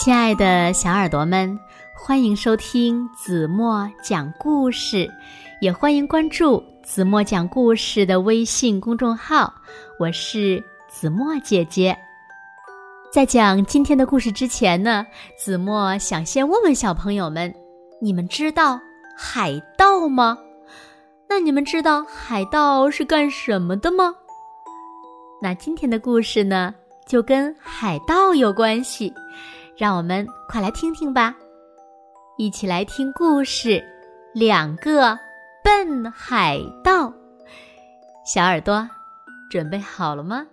亲爱的小耳朵们，欢迎收听子墨讲故事，也欢迎关注子墨讲故事的微信公众号，我是子墨姐姐。在讲今天的故事之前呢，子墨想先问问小朋友们，你们知道海盗吗？那你们知道海盗是干什么的吗？那今天的故事呢，就跟海盗有关系，让我们快来听听吧。一起来听故事，两个笨海盗。小耳朵准备好了吗？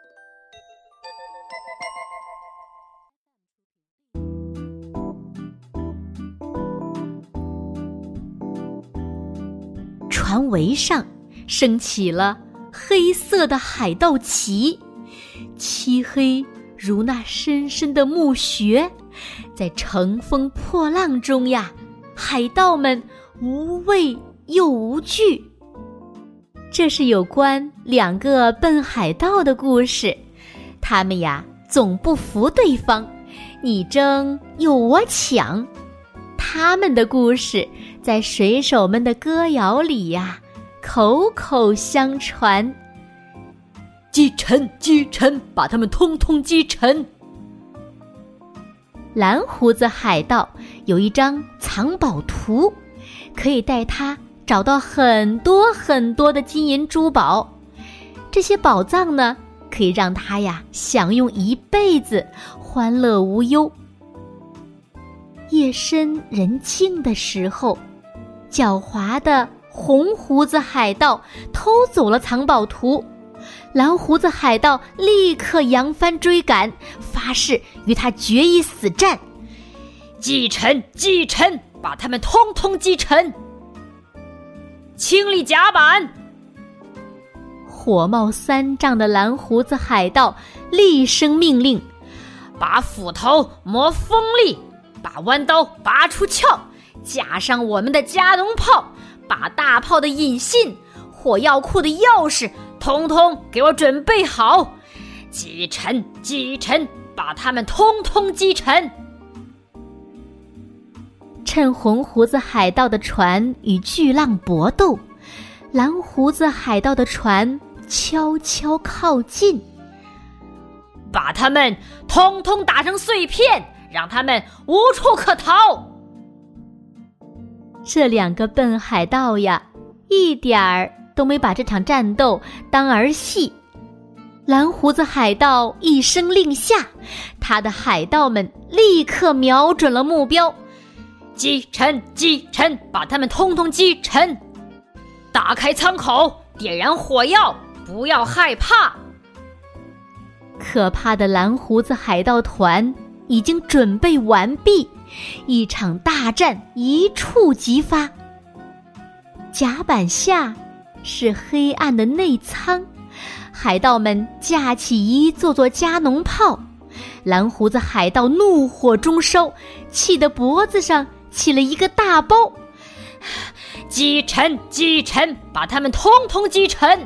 船桅上升起了黑色的海盗旗，漆黑如那深深的墓穴，在乘风破浪中呀，海盗们无畏又无惧。这是有关两个笨海盗的故事，他们呀总不服对方，你争又我抢。他们的故事在水手们的歌谣里呀，口口相传。击沉，击沉，把他们通通击沉。蓝胡子海盗有一张藏宝图，可以带他找到很多很多的金银珠宝。这些宝藏呢，可以让他呀享用一辈子，欢乐无忧。夜深人静的时候，狡猾的红胡子海盗偷走了藏宝图，蓝胡子海盗立刻扬帆追赶，发誓与他决一死战。击沉，击沉，把他们通通击沉。清理甲板。火冒三丈的蓝胡子海盗厉声命令，把斧头磨锋利，把弯刀拔出鞘，架上我们的加农炮，把大炮的引信、火药库的钥匙通通给我准备好。击沉，击沉，把他们通通击沉。趁红胡子海盗的船与巨浪搏斗，蓝胡子海盗的船悄悄靠近，把他们通通打成碎片，让他们无处可逃。这两个笨海盗呀，一点儿都没把这场战斗当儿戏。蓝胡子海盗一声令下，他的海盗们立刻瞄准了目标。击沉，击沉，把他们通通击沉。打开舱口，点燃火药，不要害怕。可怕的蓝胡子海盗团已经准备完毕，一场大战一触即发。甲板下是黑暗的内舱，海盗们架起一座座加农炮，蓝胡子海盗怒火中烧，气得脖子上起了一个大包。击沉，击沉，把他们通通击沉。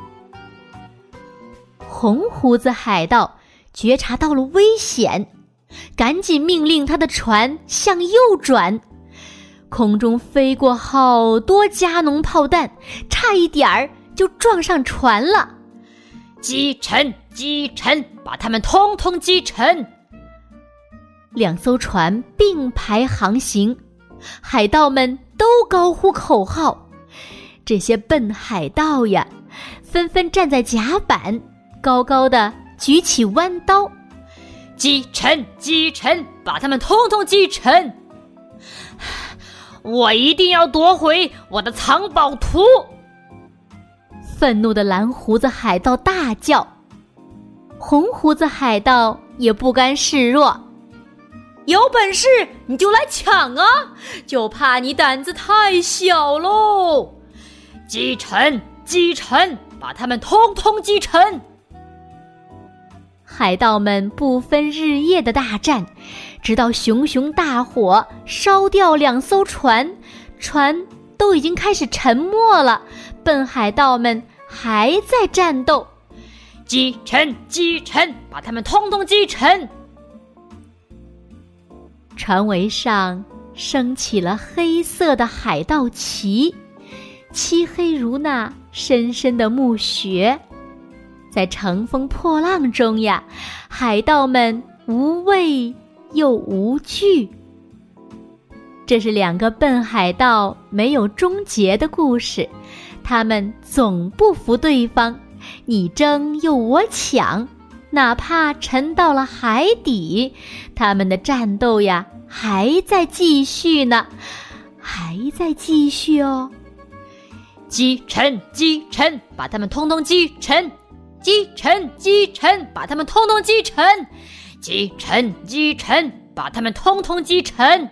红胡子海盗觉察到了危险，赶紧命令他的船向右转。空中飞过好多加农炮弹，差一点儿就撞上船了。击沉，击沉，把他们通通击沉。两艘船并排航行，海盗们都高呼口号。这些笨海盗呀，纷纷站在甲板，高高的举起弯刀。击沉，击沉，把他们通通击沉。我一定要夺回我的藏宝图！愤怒的蓝胡子海盗大叫。红胡子海盗也不甘示弱，有本事你就来抢啊，就怕你胆子太小喽。击沉，击沉，把他们通通击沉。海盗们不分日夜的大战，直到熊熊大火烧掉两艘船，船都已经开始沉没了，笨海盗们还在战斗。击沉，击沉，把他们通通击沉。 船桅上升起了黑色的海盗旗，漆黑如那深深的暮雪。在乘风破浪中呀，海盗们无畏又无惧。这是两个笨海盗没有终结的故事，他们总不服对方，你争又我抢，哪怕沉到了海底，他们的战斗呀还在继续呢，还在继续哦。 击沉，击沉，把他们通通击沉；击沉，击沉，把他们通通击沉；击沉，击沉，把他们通通击沉。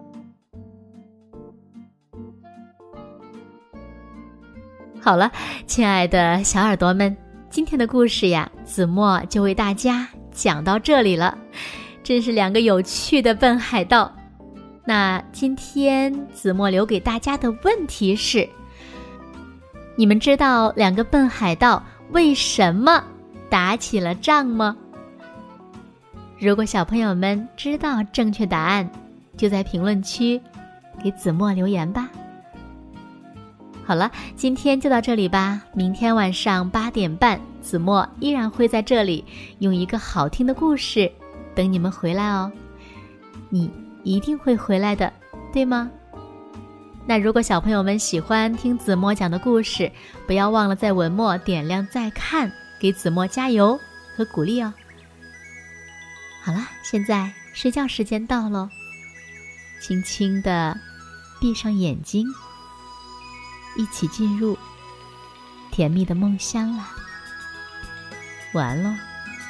好了，亲爱的小耳朵们，今天的故事呀，子墨就为大家讲到这里了。真是两个有趣的笨海盗。那今天子墨留给大家的问题是：你们知道两个笨海盗为什么打起了仗吗？如果小朋友们知道正确答案，就在评论区给子墨留言吧。好了，今天就到这里吧。明天晚上8点半，子墨依然会在这里用一个好听的故事等你们回来哦。你一定会回来的，对吗？那如果小朋友们喜欢听子墨讲的故事，不要忘了在文末点亮再看，给子墨加油和鼓励哦。好了，现在睡觉时间到咯，轻轻地闭上眼睛，一起进入甜蜜的梦乡啦。晚安咯。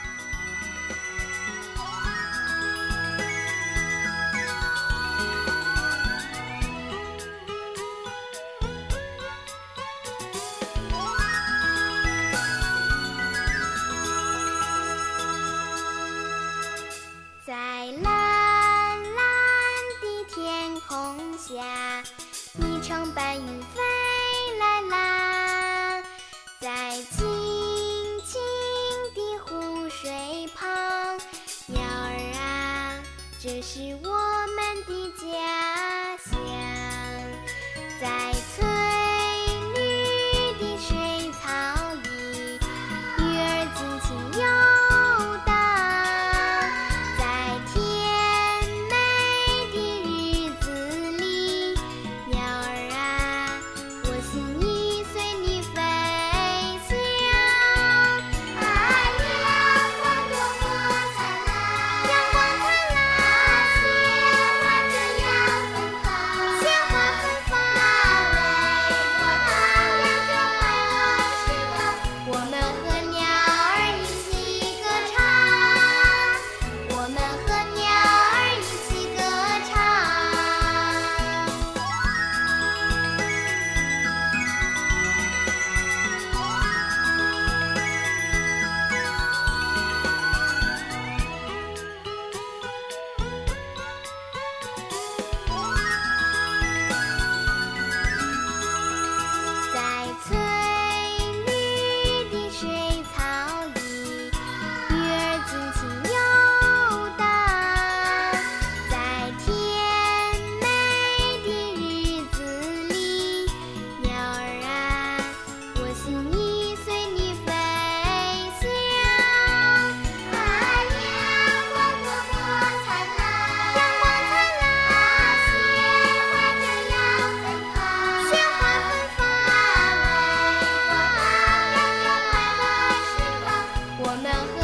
在蓝蓝的天空下，你乘白云飞来啦，在清清的湖水旁，鸟儿啊，这是我们的家乡。在翠绿的水草里，鱼儿尽情游荡，在甜美的日子里，鸟儿啊，我心意随你飞翔。啊，阳光多么灿烂，阳光灿烂，鲜花芬芳，为我荡漾着快乐时光。我们和鸟儿一起歌唱，我们和鸟儿一起歌唱。在翠绿的水草里，鱼儿尽情游荡，在甜美的日子里，鸟儿啊，我心意随你飞翔。啊，阳光多么灿烂，阳光灿烂，鲜花芬芳，为我荡漾着快乐时光。我们和